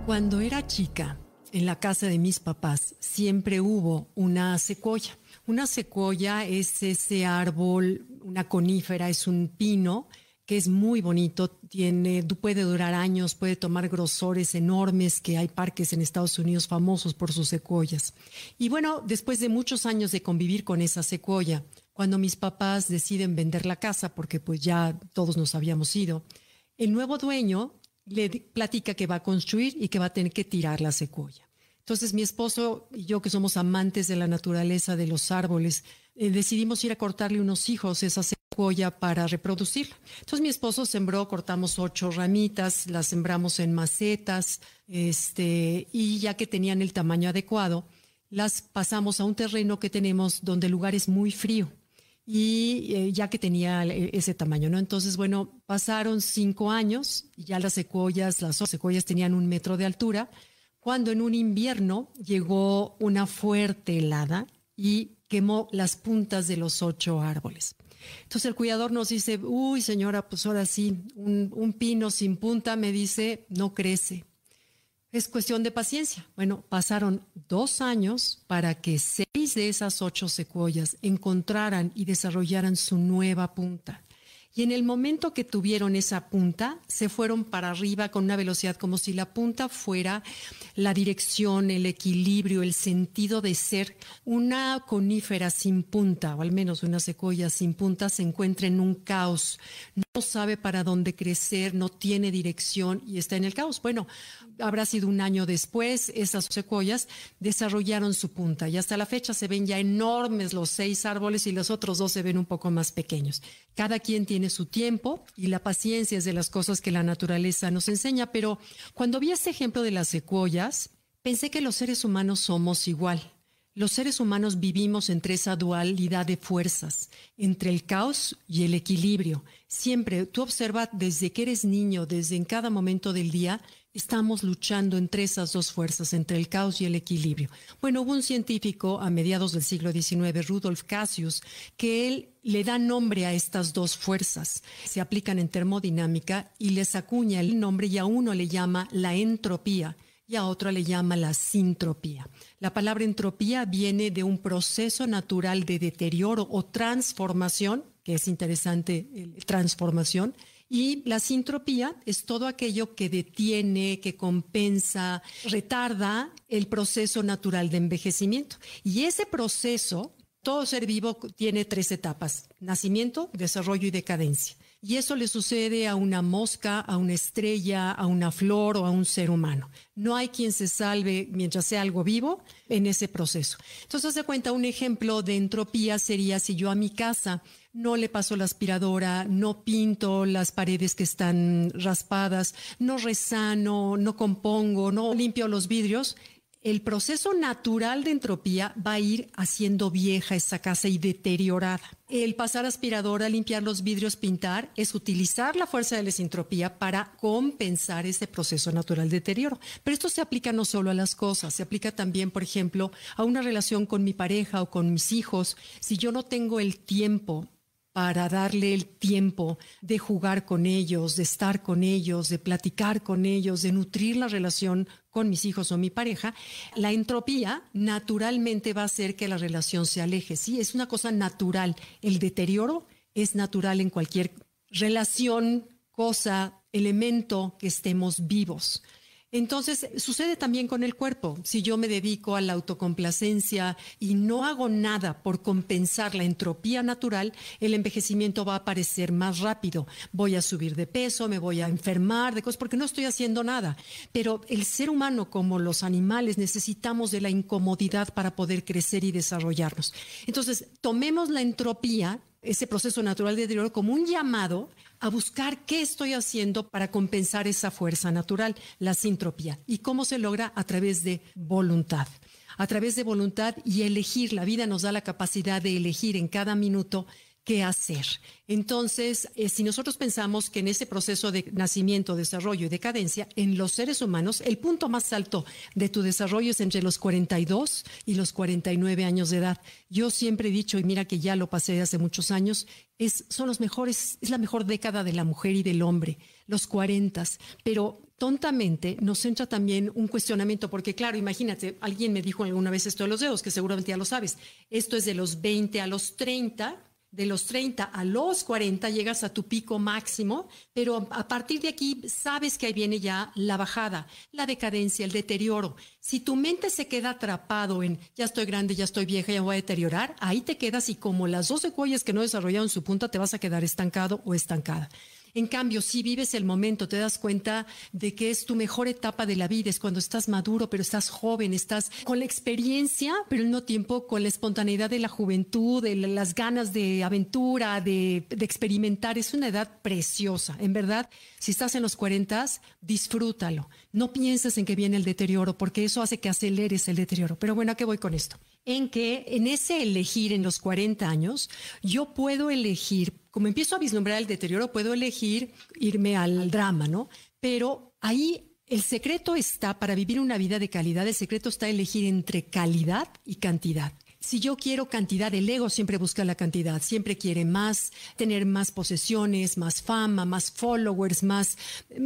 Cuando era chica, en la casa de mis papás, siempre hubo una secuoya. Una secuoya es ese árbol, una conífera, es un pino que es muy bonito, puede durar años, puede tomar grosores enormes, que hay parques en Estados Unidos famosos por sus secuoyas. Y bueno, después de muchos años de convivir con esa secuoya, cuando mis papás deciden vender la casa, porque pues ya todos nos habíamos ido, el nuevo dueño le platica que va a construir y que va a tener que tirar la secuoya. Entonces mi esposo y yo, que somos amantes de la naturaleza, de los árboles, decidimos ir a cortarle unos hijos a esa secuoya para reproducirla. Entonces mi esposo sembró, cortamos 8 ramitas, las sembramos en macetas, y ya que tenían el tamaño adecuado, las pasamos a un terreno que tenemos donde el lugar es muy frío. Y ya que tenía ese tamaño, ¿no? Entonces, bueno, pasaron 5 años y ya las secuoyas tenían 1 metro de altura, cuando en un invierno llegó una fuerte helada y quemó las puntas de los 8 árboles. Entonces el cuidador nos dice, uy señora, pues ahora sí, un pino sin punta, me dice, no crece. Es cuestión de paciencia. Bueno, pasaron 2 años para que 6 de esas 8 secuoyas encontraran y desarrollaran su nueva punta. Y en el momento que tuvieron esa punta, se fueron para arriba con una velocidad como si la punta fuera la dirección, el equilibrio, el sentido de ser. Una conífera sin punta, o al menos una secuoya sin punta, se encuentra en un caos. No sabe para dónde crecer, no tiene dirección y está en el caos. Bueno, habrá sido 1 año después, esas secuoyas desarrollaron su punta y hasta la fecha se ven ya enormes los 6 árboles y los otros 2 se ven un poco más pequeños. Cada quien tiene su tiempo y la paciencia es de las cosas que la naturaleza nos enseña, pero cuando vi este ejemplo de las secuoyas, pensé que los seres humanos somos igual. Los seres humanos vivimos entre esa dualidad de fuerzas, entre el caos y el equilibrio. Siempre, tú observa desde que eres niño, desde en cada momento del día, estamos luchando entre esas 2 fuerzas, entre el caos y el equilibrio. Bueno, hubo un científico a mediados del siglo XIX, Rudolf Cassius, que él le da nombre a estas 2 fuerzas. Se aplican en termodinámica y les acuña el nombre y a uno le llama la entropía y a otro le llama la sintropía. La palabra entropía viene de un proceso natural de deterioro o transformación, que es interesante, transformación, y la sintropía es todo aquello que detiene, que compensa, retarda el proceso natural de envejecimiento. Y ese proceso, todo ser vivo tiene 3 etapas: nacimiento, desarrollo y decadencia. Y eso le sucede a una mosca, a una estrella, a una flor o a un ser humano. No hay quien se salve mientras sea algo vivo en ese proceso. Entonces, haz de cuenta, un ejemplo de entropía sería si yo a mi casa no le paso la aspiradora, no pinto las paredes que están raspadas, no resano, no compongo, no limpio los vidrios. El proceso natural de entropía va a ir haciendo vieja esa casa y deteriorada. El pasar aspiradora, limpiar los vidrios, pintar, es utilizar la fuerza de la sintropía para compensar ese proceso natural de deterioro. Pero esto se aplica no solo a las cosas, se aplica también, por ejemplo, a una relación con mi pareja o con mis hijos. Si yo no tengo el tiempo para darle el tiempo de jugar con ellos, de estar con ellos, de platicar con ellos, de nutrir la relación con mis hijos o mi pareja, la entropía naturalmente va a hacer que la relación se aleje. Sí, es una cosa natural. El deterioro es natural en cualquier relación, cosa, elemento que estemos vivos. Entonces, sucede también con el cuerpo. Si yo me dedico a la autocomplacencia y no hago nada por compensar la entropía natural, el envejecimiento va a aparecer más rápido. Voy a subir de peso, me voy a enfermar de cosas porque no estoy haciendo nada. Pero el ser humano, como los animales, necesitamos de la incomodidad para poder crecer y desarrollarnos. Entonces, tomemos la entropía, ese proceso natural de deterioro, como un llamado a buscar qué estoy haciendo para compensar esa fuerza natural, la sintropía. ¿Y cómo se logra? A través de voluntad. A través de voluntad y elegir. La vida nos da la capacidad de elegir en cada minuto qué hacer. Entonces, si nosotros pensamos que en ese proceso de nacimiento, desarrollo y decadencia, en los seres humanos, el punto más alto de tu desarrollo es entre los 42 y los 49 años de edad. Yo siempre he dicho, y mira que ya lo pasé hace muchos años, son los mejores, es la mejor década de la mujer y del hombre, los 40, pero tontamente nos entra también un cuestionamiento, porque claro, imagínate, alguien me dijo alguna vez esto de los dedos, que seguramente ya lo sabes, esto es de los 20 a los 30, de los 30 a los 40 llegas a tu pico máximo, pero a partir de aquí sabes que ahí viene ya la bajada, la decadencia, el deterioro. Si tu mente se queda atrapado en ya estoy grande, ya estoy vieja, ya me voy a deteriorar, ahí te quedas y como las 12 secuoyas que no desarrollaron su punta te vas a quedar estancado o estancada. En cambio, si vives el momento, te das cuenta de que es tu mejor etapa de la vida, es cuando estás maduro, pero estás joven, estás con la experiencia, pero al mismo tiempo con la espontaneidad de la juventud, de las ganas de aventura, de experimentar. Es una edad preciosa. En verdad, si estás en los 40, disfrútalo. No pienses en que viene el deterioro, porque eso hace que aceleres el deterioro. Pero bueno, ¿a qué voy con esto? En que en ese elegir en los 40 años, yo puedo elegir, como empiezo a vislumbrar el deterioro, puedo elegir irme al drama, ¿no? Pero ahí el secreto está, para vivir una vida de calidad, el secreto está elegir entre calidad y cantidad. Si yo quiero cantidad, el ego siempre busca la cantidad, siempre quiere más, tener más posesiones, más fama, más followers, más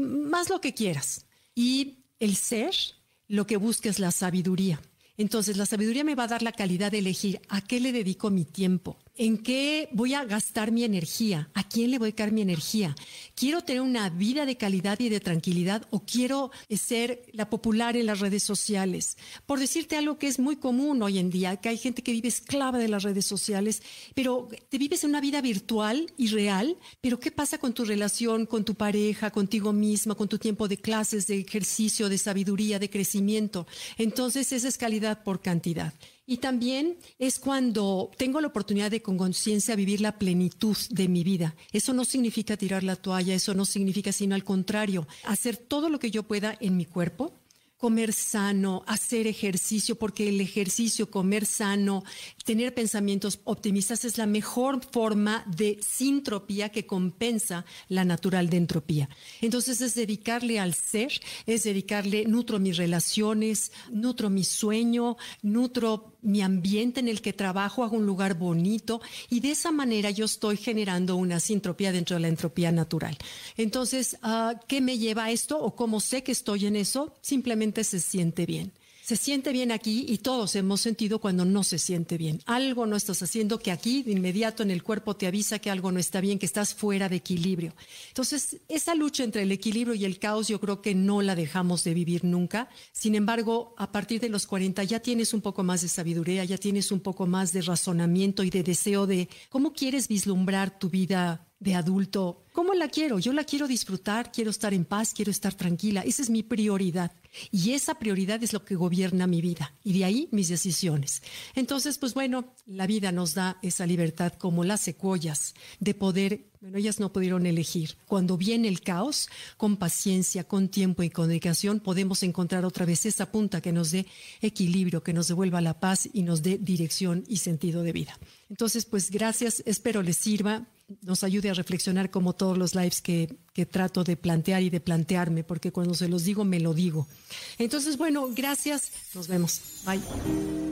lo que quieras. Y el ser lo que busca es la sabiduría. Entonces, la sabiduría me va a dar la calidad de elegir a qué le dedico mi tiempo, en qué voy a gastar mi energía, a quién le voy a dedicar mi energía. ¿Quiero tener una vida de calidad y de tranquilidad o quiero ser la popular en las redes sociales? Por decirte algo que es muy común hoy en día, que hay gente que vive esclava de las redes sociales, pero te vives en una vida virtual y real, pero ¿qué pasa con tu relación, con tu pareja, contigo misma, con tu tiempo de clases, de ejercicio, de sabiduría, de crecimiento? Entonces, esa es calidad por cantidad. Y también es cuando tengo la oportunidad de con conciencia vivir la plenitud de mi vida. Eso no significa tirar la toalla, eso no significa, sino al contrario, hacer todo lo que yo pueda en mi cuerpo, comer sano, hacer ejercicio, porque el ejercicio, comer sano, tener pensamientos optimistas es la mejor forma de sintropía que compensa la natural de entropía. Entonces es dedicarle al ser, es dedicarle, nutro mis relaciones, nutro mi sueño, nutro mi ambiente en el que trabajo, hago un lugar bonito y de esa manera yo estoy generando una sintropía dentro de la entropía natural. Entonces, ¿qué me lleva a esto o cómo sé que estoy en eso? Simplemente se siente bien. Se siente bien aquí y todos hemos sentido cuando no se siente bien. Algo no estás haciendo que aquí de inmediato en el cuerpo te avisa que algo no está bien, que estás fuera de equilibrio. Entonces, esa lucha entre el equilibrio y el caos yo creo que no la dejamos de vivir nunca. Sin embargo, a partir de los 40 ya tienes un poco más de sabiduría, ya tienes un poco más de razonamiento y de deseo de cómo quieres vislumbrar tu vida de adulto. ¿Cómo la quiero? Yo la quiero disfrutar, quiero estar en paz, quiero estar tranquila. Esa es mi prioridad. Y esa prioridad es lo que gobierna mi vida. Y de ahí mis decisiones. Entonces, pues bueno, la vida nos da esa libertad como las secuoyas de poder, bueno, ellas no pudieron elegir. Cuando viene el caos, con paciencia, con tiempo y con dedicación, podemos encontrar otra vez esa punta que nos dé equilibrio, que nos devuelva la paz y nos dé dirección y sentido de vida. Entonces, pues gracias, espero les sirva, nos ayude a reflexionar como todos los lives que trato de plantear y de plantearme, porque cuando se los digo, me lo digo. Entonces, bueno, gracias, nos vemos. Bye.